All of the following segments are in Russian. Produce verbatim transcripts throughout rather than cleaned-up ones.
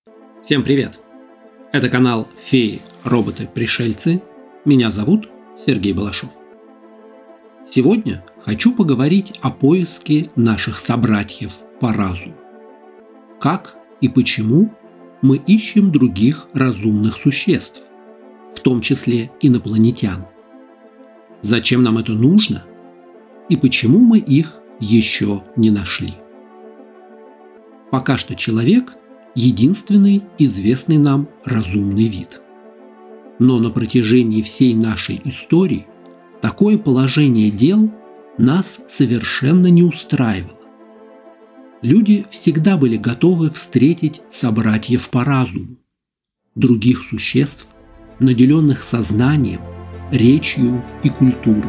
Всем привет! Это канал «Феи, роботы, пришельцы». Меня зовут Сергей Балашов. Сегодня хочу поговорить о поиске наших собратьев по разуму. Как и почему мы ищем других разумных существ, в том числе инопланетян. Зачем нам это нужно и почему мы их еще не нашли. Пока что человек – единственный известный нам разумный вид. Но на протяжении всей нашей истории такое положение дел нас совершенно не устраивало. Люди всегда были готовы встретить собратьев по разуму, других существ, наделенных сознанием, речью и культурой.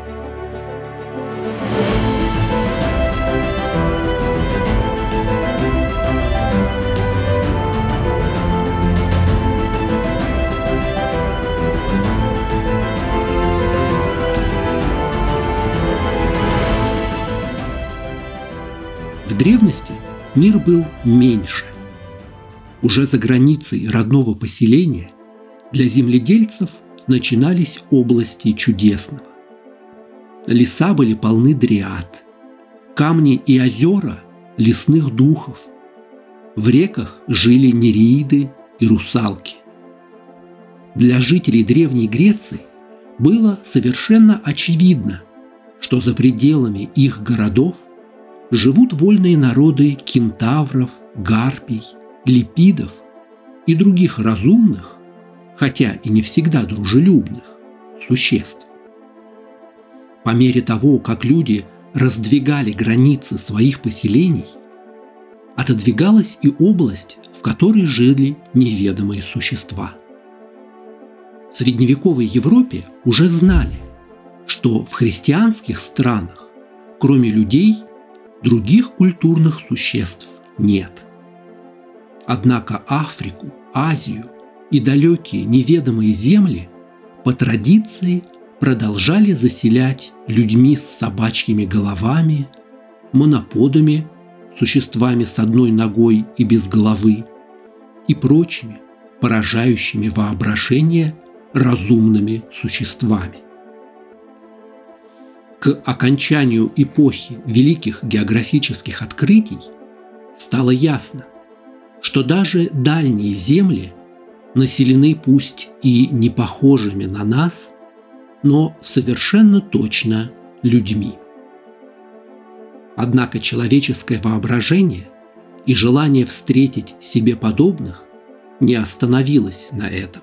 В древности мир был меньше. Уже за границей родного поселения для земледельцев начинались области чудесного. Леса были полны дриад, камни и озера – лесных духов. В реках жили нереиды и русалки. Для жителей Древней Греции было совершенно очевидно, что за пределами их городов живут вольные народы кентавров, гарпий, липидов и других разумных, хотя и не всегда дружелюбных, существ. По мере того, как люди раздвигали границы своих поселений, отодвигалась и область, в которой жили неведомые существа. В средневековой Европе уже знали, что в христианских странах, кроме людей, других культурных существ нет. Однако Африку, Азию и далекие неведомые земли по традиции продолжали заселять людьми с собачьими головами, моноподами, существами с одной ногой и без головы, и прочими поражающими воображение разумными существами. К окончанию эпохи великих географических открытий стало ясно, что даже дальние земли населены пусть и не похожими на нас, но совершенно точно людьми. Однако человеческое воображение и желание встретить себе подобных не остановилось на этом.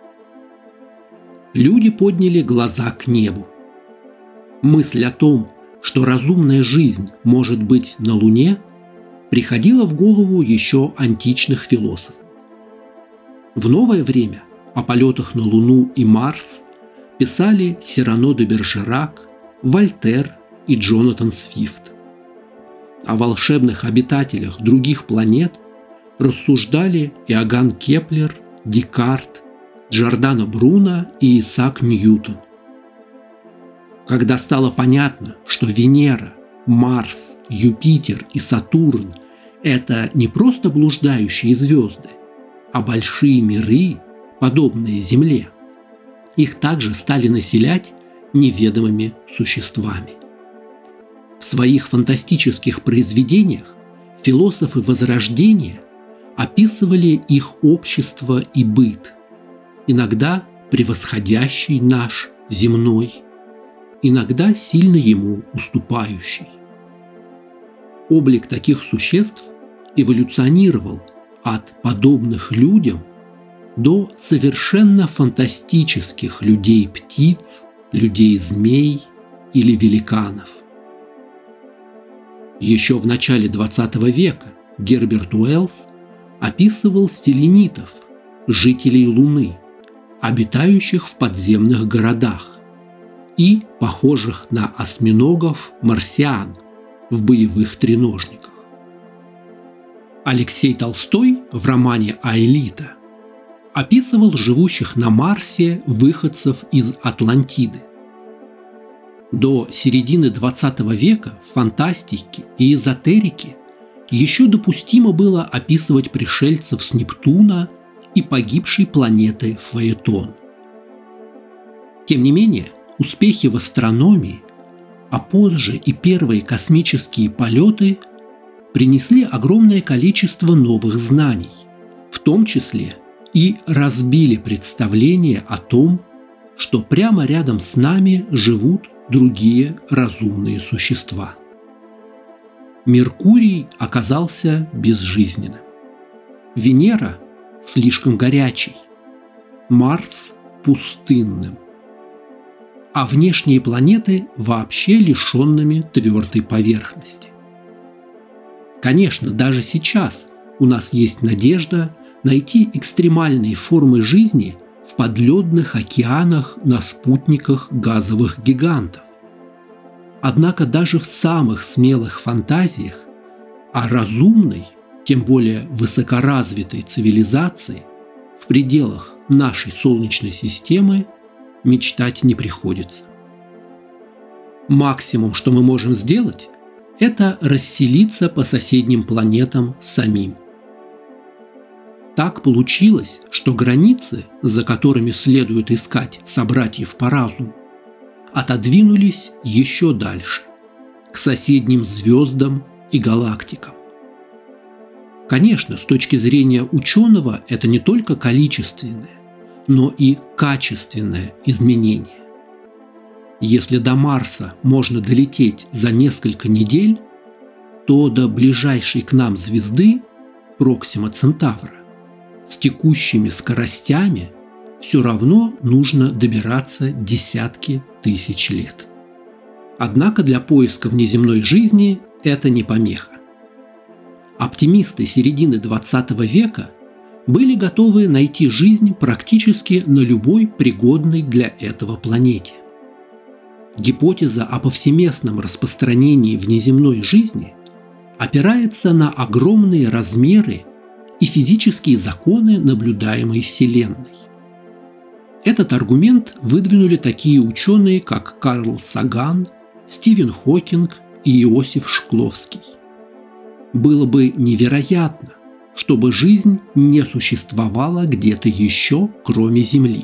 Люди подняли глаза к небу. Мысль о том, что разумная жизнь может быть на Луне, приходила в голову еще античных философов. В новое время о полетах на Луну и Марс писали Сирано де Бержерак, Вольтер и Джонатан Свифт. О волшебных обитателях других планет рассуждали Иоганн Кеплер, Декарт, Джордано Бруно и Исаак Ньютон. Когда стало понятно, что Венера, Марс, Юпитер и Сатурн – это не просто блуждающие звезды, а большие миры, подобные Земле, их также стали населять неведомыми существами. В своих фантастических произведениях философы Возрождения описывали их общество и быт, иногда превосходящий наш земной, иногда сильно ему уступающий. Облик таких существ эволюционировал от подобных людям до совершенно фантастических людей-птиц, людей-змей или великанов. Еще в начале двадцатого века Герберт Уэллс описывал селенитов, жителей Луны, обитающих в подземных городах, и похожих на осьминогов марсиан в боевых треножниках. Алексей Толстой в романе «Аэлита» описывал живущих на Марсе выходцев из Атлантиды. До середины двадцатого века в фантастике и эзотерике еще допустимо было описывать пришельцев с Нептуна и погибшей планеты Фаэтон. Тем не менее, успехи в астрономии, а позже и первые космические полеты принесли огромное количество новых знаний, в том числе и разбили представление о том, что прямо рядом с нами живут другие разумные существа. Меркурий оказался безжизненным. Венера слишком горячей. Марс пустынным. А внешние планеты вообще лишенными твердой поверхности. Конечно, даже сейчас у нас есть надежда найти экстремальные формы жизни в подледных океанах на спутниках газовых гигантов. Однако даже в самых смелых фантазиях о разумной, тем более высокоразвитой цивилизации в пределах нашей Солнечной системы мечтать не приходится. Максимум, что мы можем сделать, это расселиться по соседним планетам самим. Так получилось, что границы, за которыми следует искать собратьев по разуму, отодвинулись еще дальше, к соседним звездам и галактикам. Конечно, с точки зрения ученого это не только количественное, но и качественное изменение. Если до Марса можно долететь за несколько недель, то до ближайшей к нам звезды, Проксима Центавра, с текущими скоростями все равно нужно добираться десятки тысяч лет. Однако для поиска внеземной жизни это не помеха. Оптимисты середины двадцатого века были готовы найти жизнь практически на любой пригодной для этого планете. Гипотеза о повсеместном распространении внеземной жизни опирается на огромные размеры и физические законы наблюдаемой Вселенной. Этот аргумент выдвинули такие ученые, как Карл Саган, Стивен Хокинг и Иосиф Шкловский. Было бы невероятно, чтобы жизнь не существовала где-то еще, кроме Земли.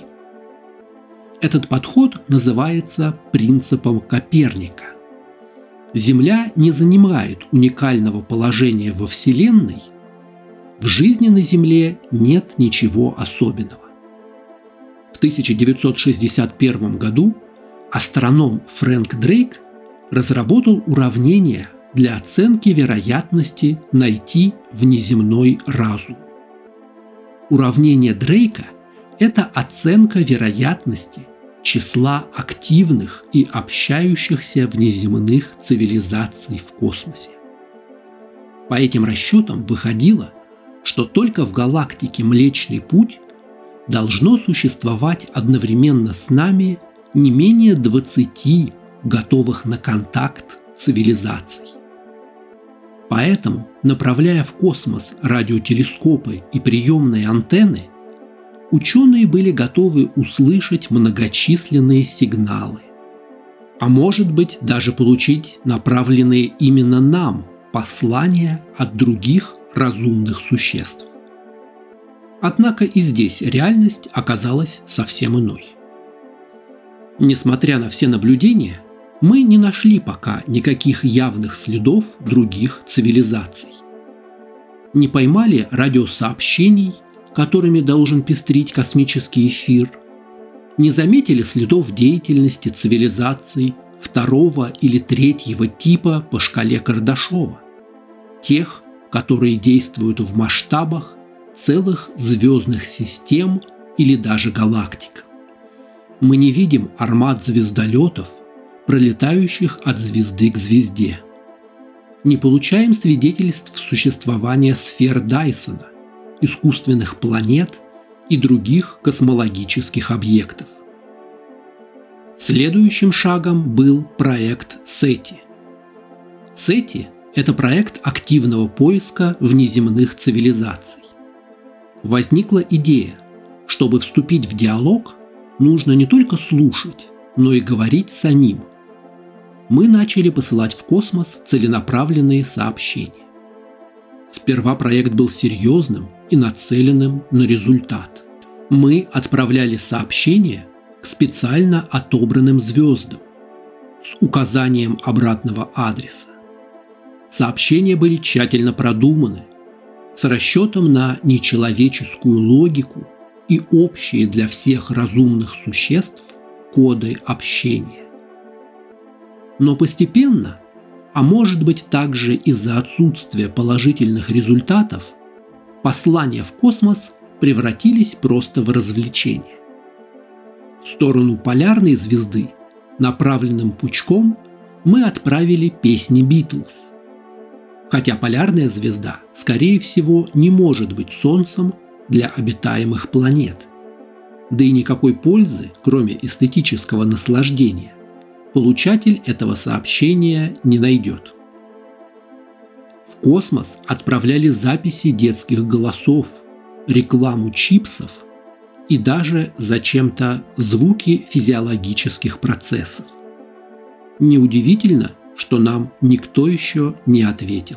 Этот подход называется принципом Коперника. Земля не занимает уникального положения во Вселенной, в жизни на Земле нет ничего особенного. В тысяча девятьсот шестьдесят первом году астроном Фрэнк Дрейк разработал уравнение для оценки вероятности найти внеземной разум. Уравнение Дрейка – это оценка вероятности числа активных и общающихся внеземных цивилизаций в космосе. По этим расчетам выходило, что только в галактике Млечный Путь должно существовать одновременно с нами не менее двадцати готовых на контакт цивилизаций. Поэтому, направляя в космос радиотелескопы и приемные антенны, ученые были готовы услышать многочисленные сигналы, а может быть даже получить направленные именно нам послания от других разумных существ. Однако и здесь реальность оказалась совсем иной. Несмотря на все наблюдения, мы не нашли пока никаких явных следов других цивилизаций. Не поймали радиосообщений, которыми должен пестрить космический эфир, не заметили следов деятельности цивилизаций второго или третьего типа по шкале Кардашова, тех, которые действуют в масштабах целых звездных систем или даже галактик. Мы не видим армад звездолетов, пролетающих от звезды к звезде. Не получаем свидетельств существования сфер Дайсона, искусственных планет и других космологических объектов. Следующим шагом был проект сети. сети – это проект активного поиска внеземных цивилизаций. Возникла идея, чтобы вступить в диалог, нужно не только слушать, но и говорить самим. Мы начали посылать в космос целенаправленные сообщения. Сперва проект был серьезным и нацеленным на результат. Мы отправляли сообщения к специально отобранным звездам с указанием обратного адреса. Сообщения были тщательно продуманы, с расчетом на нечеловеческую логику и общие для всех разумных существ коды общения. Но постепенно, а может быть также из-за отсутствия положительных результатов, послания в космос превратились просто в развлечение. В сторону полярной звезды направленным пучком мы отправили песни Битлз. Хотя полярная звезда, скорее всего, не может быть Солнцем для обитаемых планет. Да и никакой пользы, кроме эстетического наслаждения, получатель этого сообщения не найдет. В космос отправляли записи детских голосов, рекламу чипсов и даже зачем-то звуки физиологических процессов. Неудивительно, что нам никто еще не ответил.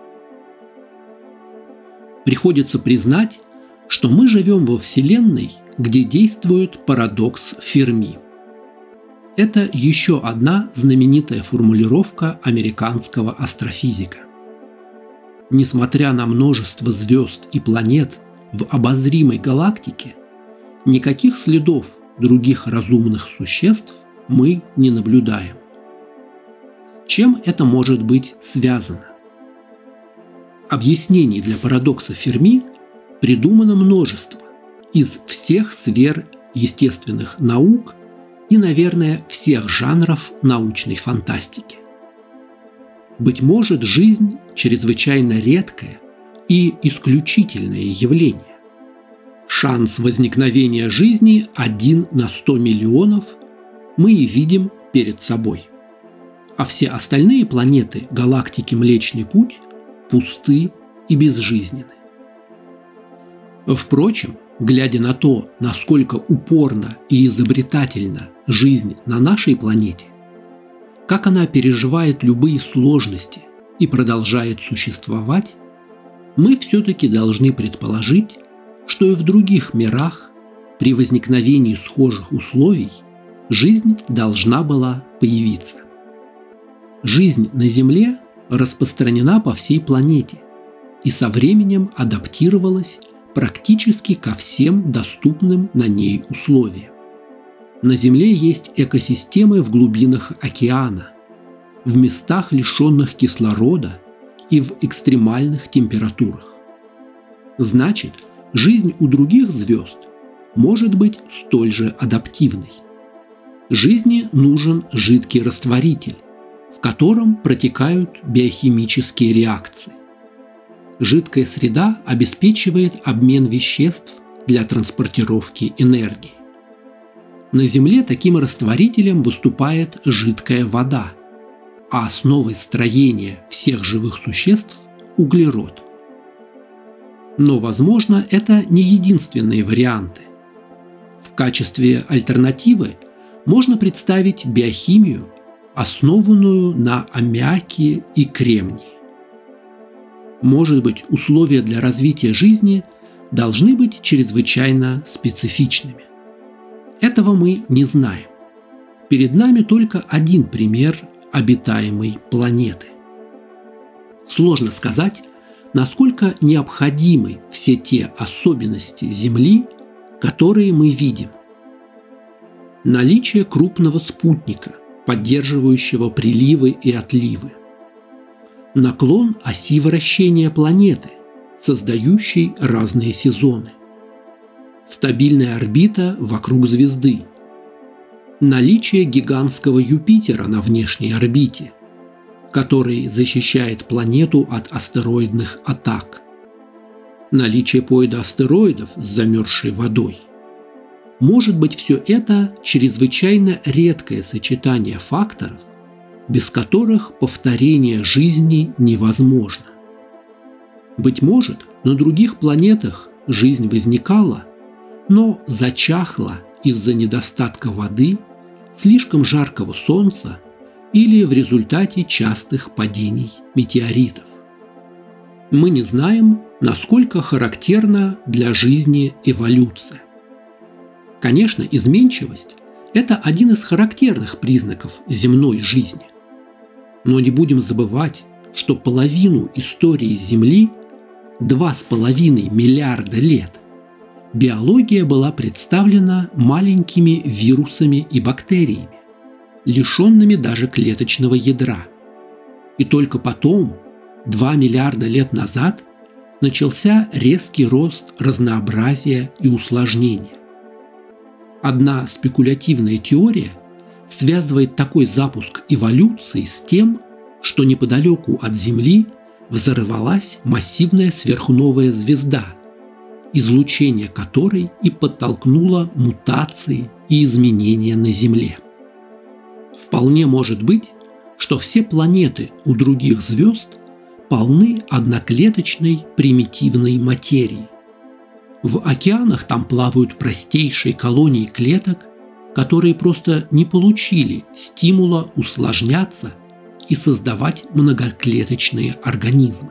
Приходится признать, что мы живем во Вселенной, где действует парадокс Ферми. Это еще одна знаменитая формулировка американского астрофизика. Несмотря на множество звезд и планет в обозримой галактике, никаких следов других разумных существ мы не наблюдаем. С чем это может быть связано? Объяснений для парадокса Ферми придумано множество из всех сфер естественных наук и, наверное, всех жанров научной фантастики. Быть может, жизнь – чрезвычайно редкое и исключительное явление. Шанс возникновения жизни один на сто миллионов мы и видим перед собой. А все остальные планеты галактики Млечный Путь пусты и безжизненны. Впрочем, глядя на то, насколько упорно и изобретательна жизнь на нашей планете, как она переживает любые сложности и продолжает существовать, мы все-таки должны предположить, что и в других мирах при возникновении схожих условий жизнь должна была появиться. Жизнь на Земле распространена по всей планете и со временем адаптировалась практически ко всем доступным на ней условиям. На Земле есть экосистемы в глубинах океана, в местах, лишенных кислорода и в экстремальных температурах. Значит, жизнь у других звезд может быть столь же адаптивной. Жизни нужен жидкий растворитель, в котором протекают биохимические реакции. Жидкая среда обеспечивает обмен веществ для транспортировки энергии. На Земле таким растворителем выступает жидкая вода, а основой строения всех живых существ – углерод. Но, возможно, это не единственные варианты. В качестве альтернативы можно представить биохимию, основанную на аммиаке и кремнии. Может быть, условия для развития жизни должны быть чрезвычайно специфичными. Этого мы не знаем. Перед нами только один пример обитаемой планеты. Сложно сказать, насколько необходимы все те особенности Земли, которые мы видим. Наличие крупного спутника, поддерживающего приливы и отливы. Наклон оси вращения планеты, создающий разные сезоны. Стабильная орбита вокруг звезды. Наличие гигантского Юпитера на внешней орбите, который защищает планету от астероидных атак. Наличие пояса астероидов с замерзшей водой. Может быть, все это чрезвычайно редкое сочетание факторов, без которых повторение жизни невозможно. Быть может, на других планетах жизнь возникала, но зачахла из-за недостатка воды, слишком жаркого солнца или в результате частых падений метеоритов. Мы не знаем, насколько характерна для жизни эволюция. Конечно, изменчивость – это один из характерных признаков земной жизни. Но не будем забывать, что половину истории Земли, два с половиной миллиарда лет, биология была представлена маленькими вирусами и бактериями, лишенными даже клеточного ядра. И только потом, два миллиарда лет назад, начался резкий рост разнообразия и усложнения. Одна спекулятивная теория связывает такой запуск эволюции с тем, что неподалеку от Земли взорвалась массивная сверхновая звезда, излучение которой и подтолкнуло мутации и изменения на Земле. Вполне может быть, что все планеты у других звезд полны одноклеточной примитивной материи. В океанах там плавают простейшие колонии клеток, которые просто не получили стимула усложняться и создавать многоклеточные организмы.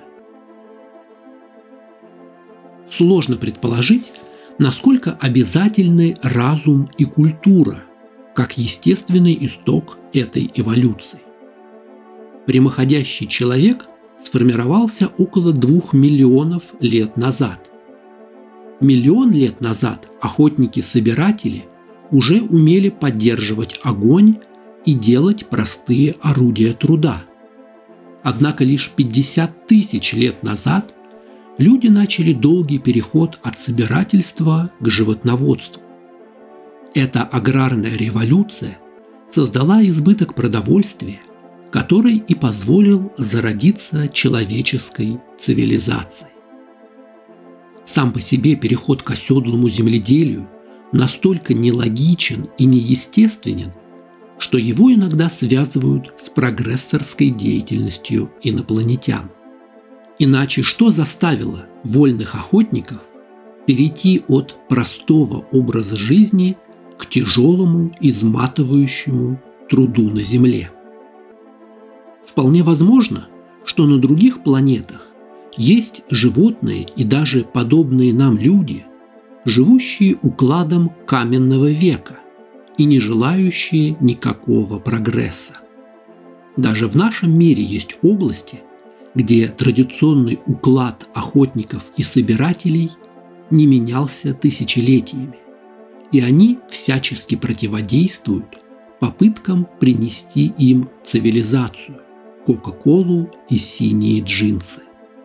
Сложно предположить, насколько обязательны разум и культура, как естественный исток этой эволюции. Прямоходящий человек сформировался около двух миллионов лет назад. Миллион лет назад охотники-собиратели уже умели поддерживать огонь и делать простые орудия труда. Однако лишь пятьдесят тысяч лет назад люди начали долгий переход от собирательства к животноводству. Эта аграрная революция создала избыток продовольствия, который и позволил зародиться человеческой цивилизации. Сам по себе переход к оседлому земледелию настолько нелогичен и неестественен, что его иногда связывают с прогрессорской деятельностью инопланетян. Иначе что заставило вольных охотников перейти от простого образа жизни к тяжелому, изматывающему труду на Земле? Вполне возможно, что на других планетах есть животные и даже подобные нам люди, живущие укладом каменного века и не желающие никакого прогресса. Даже в нашем мире есть области, где традиционный уклад охотников и собирателей не менялся тысячелетиями, и они всячески противодействуют попыткам принести им цивилизацию, Кока-Колу и синие джинсы.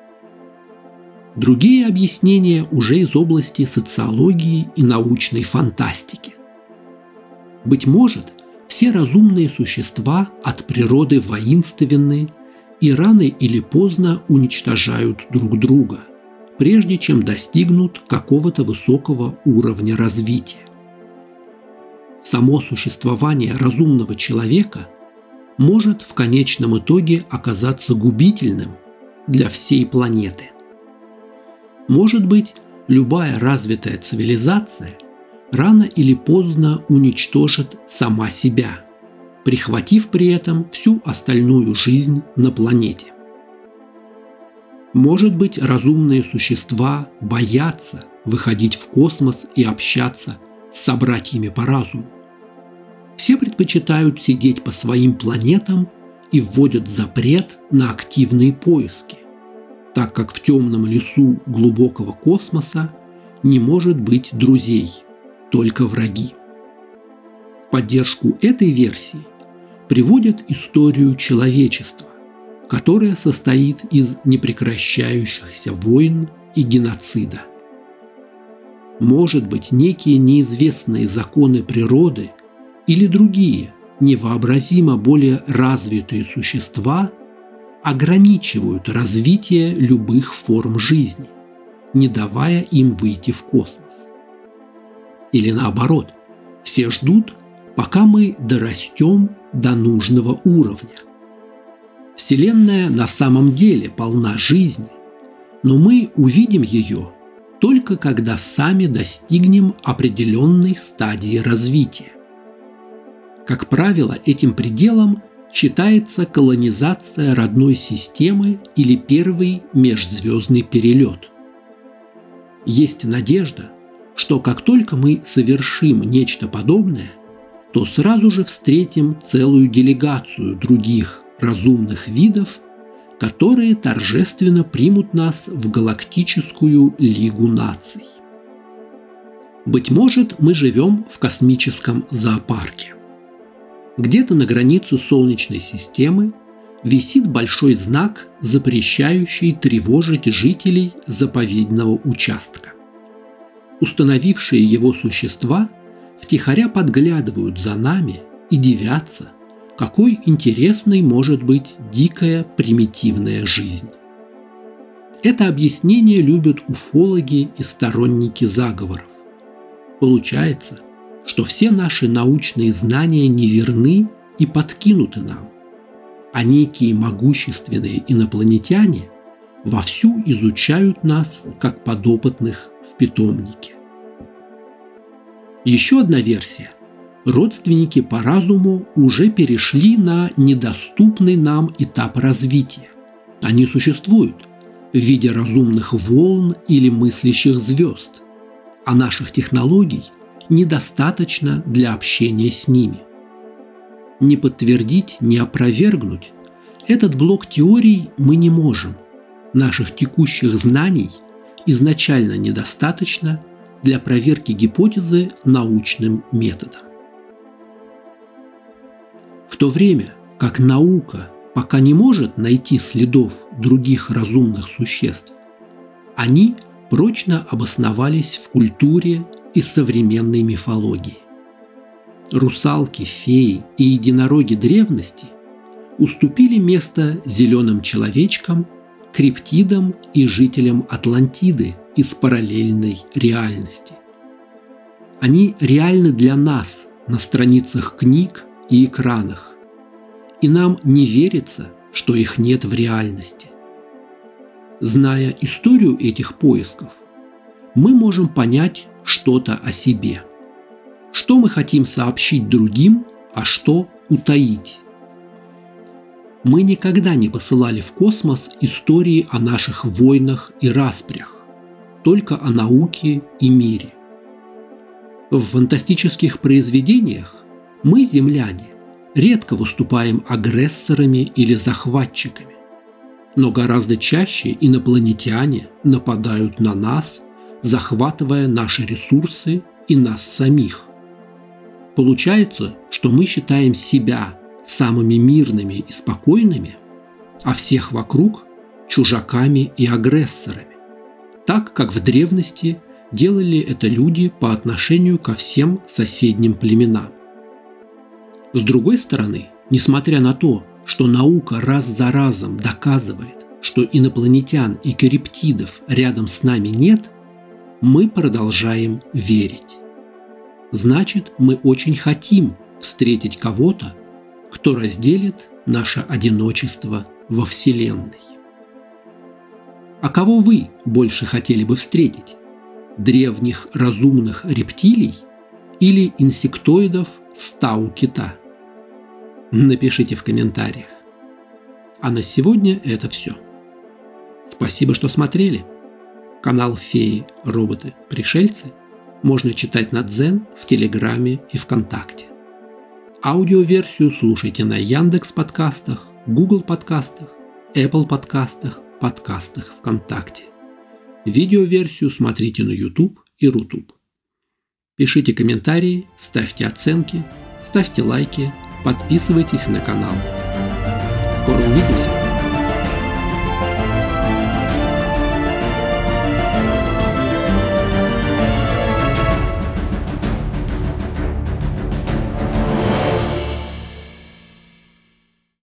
Другие объяснения уже из области социологии и научной фантастики. Быть может, все разумные существа от природы воинственны и рано или поздно уничтожают друг друга, прежде чем достигнут какого-то высокого уровня развития. Само существование разумного человека может в конечном итоге оказаться губительным для всей планеты. Может быть, любая развитая цивилизация рано или поздно уничтожит сама себя, прихватив при этом всю остальную жизнь на планете. Может быть, разумные существа боятся выходить в космос и общаться с собратьями по разуму. Все предпочитают сидеть по своим планетам и вводят запрет на активные поиски, так как в темном лесу глубокого космоса не может быть друзей, только враги. В поддержку этой версии приводят историю человечества, которая состоит из непрекращающихся войн и геноцида. Может быть, некие неизвестные законы природы или другие, невообразимо более развитые существа ограничивают развитие любых форм жизни, не давая им выйти в космос. Или наоборот, все ждут, пока мы дорастем до нужного уровня. Вселенная на самом деле полна жизни, но мы увидим ее только когда сами достигнем определенной стадии развития. Как правило, этим пределом считается колонизация родной системы или первый межзвездный перелет. Есть надежда, что как только мы совершим нечто подобное, то сразу же встретим целую делегацию других разумных видов, которые торжественно примут нас в галактическую лигу наций. Быть может, мы живем в космическом зоопарке. Где-то на границе Солнечной системы висит большой знак, запрещающий тревожить жителей заповедного участка. Установившие его существа втихаря подглядывают за нами и дивятся, какой интересной может быть дикая примитивная жизнь. Это объяснение любят уфологи и сторонники заговоров. Получается, что все наши научные знания неверны и подкинуты нам, а некие могущественные инопланетяне вовсю изучают нас как подопытных в питомнике. Еще одна версия. Родственники по разуму уже перешли на недоступный нам этап развития. Они существуют в виде разумных волн или мыслящих звезд, а наших технологий недостаточно для общения с ними. Не подтвердить, не опровергнуть этот блок теорий мы не можем. Наших текущих знаний изначально недостаточно для проверки гипотезы научным методом. В то время как наука пока не может найти следов других разумных существ, они прочно обосновались в культуре и современной мифологии. Русалки, феи и единороги древности уступили место зеленым человечкам, криптидам и жителям Атлантиды из параллельной реальности. Они реальны для нас на страницах книг и экранах, и нам не верится, что их нет в реальности. Зная историю этих поисков, мы можем понять что-то о себе. Что мы хотим сообщить другим, а что утаить. Мы никогда не посылали в космос истории о наших войнах и распрях, только о науке и мире. В фантастических произведениях мы, земляне, редко выступаем агрессорами или захватчиками, но гораздо чаще инопланетяне нападают на нас, захватывая наши ресурсы и нас самих. Получается, что мы считаем себя самыми мирными и спокойными, а всех вокруг чужаками и агрессорами, так как в древности делали это люди по отношению ко всем соседним племенам. С другой стороны, несмотря на то, что наука раз за разом доказывает, что инопланетян и криптидов рядом с нами нет, мы продолжаем верить. Значит, мы очень хотим встретить кого-то, кто разделит наше одиночество во Вселенной. А кого вы больше хотели бы встретить? Древних разумных рептилий или инсектоидов с тау-кита? Напишите в комментариях. А на сегодня это все. Спасибо, что смотрели. Канал Феи, Роботы, Пришельцы можно читать на Дзен, в Телеграме и ВКонтакте. Аудиоверсию слушайте на Яндекс подкастах, Google подкастах, Apple подкастах, подкастах ВКонтакте. Видеоверсию смотрите на YouTube и Рутуб. Пишите комментарии, ставьте оценки, ставьте лайки, подписывайтесь на канал. Скоро увидимся!